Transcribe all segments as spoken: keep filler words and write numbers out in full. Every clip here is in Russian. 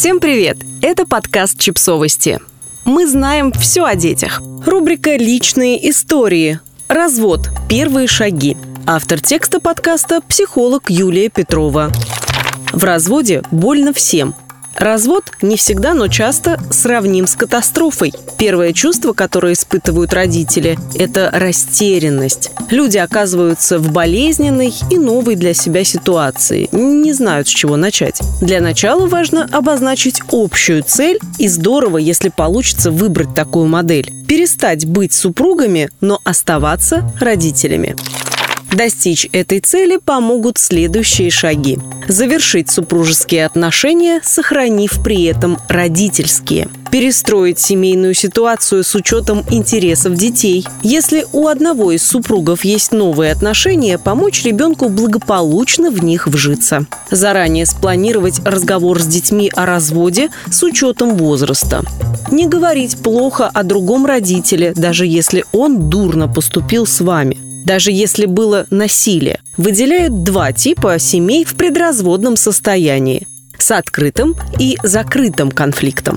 Всем привет! Это подкаст «Чипсовости». Мы знаем все о детях. Рубрика «Личные истории». Развод. Первые шаги. Автор текста подкаста – психолог Юлия Петрова. В разводе больно всем. Развод не всегда, но часто сравним с катастрофой. Первое чувство, которое испытывают родители – это растерянность. Люди оказываются в болезненной и новой для себя ситуации. Не знают, с чего начать. Для начала важно обозначить общую цель, и здорово, если получится выбрать такую модель. Перестать быть супругами, но оставаться родителями. Достичь этой цели помогут следующие шаги. Завершить супружеские отношения, сохранив при этом родительские. Перестроить семейную ситуацию с учетом интересов детей. Если у одного из супругов есть новые отношения, помочь ребенку благополучно в них вжиться. Заранее спланировать разговор с детьми о разводе с учетом возраста. Не говорить плохо о другом родителе, даже если он дурно поступил с вами. Даже если было насилие. Выделяют два типа семей в предразводном состоянии – с открытым и закрытым конфликтом.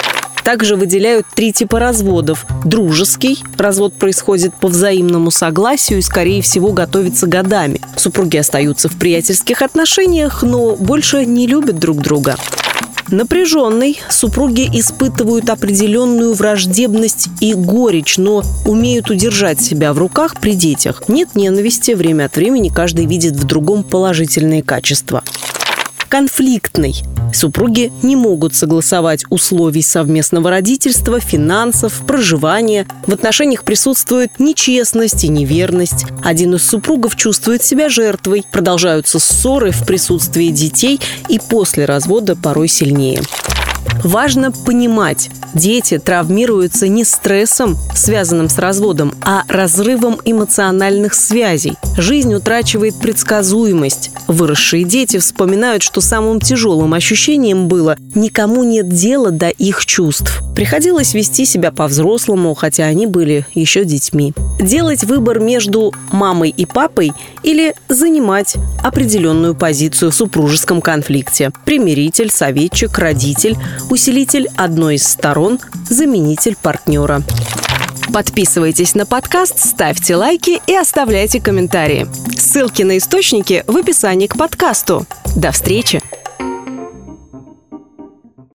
Также выделяют три типа разводов. Дружеский – развод происходит по взаимному согласию и, скорее всего, готовится годами. Супруги остаются в приятельских отношениях, но больше не любят друг друга. Напряженный. Супруги испытывают определенную враждебность и горечь, но умеют удержать себя в руках при детях. Нет ненависти, время от времени каждый видит в другом положительные качества. Конфликтный. Супруги не могут согласовать условий совместного родительства, финансов, проживания. В отношениях присутствует нечестность и неверность. Один из супругов чувствует себя жертвой. Продолжаются ссоры в присутствии детей и после развода порой сильнее. Важно понимать, дети травмируются не стрессом, связанным с разводом, а разрывом эмоциональных связей. Жизнь утрачивает предсказуемость. Выросшие дети вспоминают, что самым тяжелым ощущением было «никому нет дела до их чувств». Приходилось вести себя по-взрослому, хотя они были еще детьми. Делать выбор между мамой и папой или занимать определенную позицию в супружеском конфликте. Примиритель, советчик, родитель, усилитель одной из сторон, заменитель партнера. Подписывайтесь на подкаст, ставьте лайки и оставляйте комментарии. Ссылки на источники в описании к подкасту. До встречи!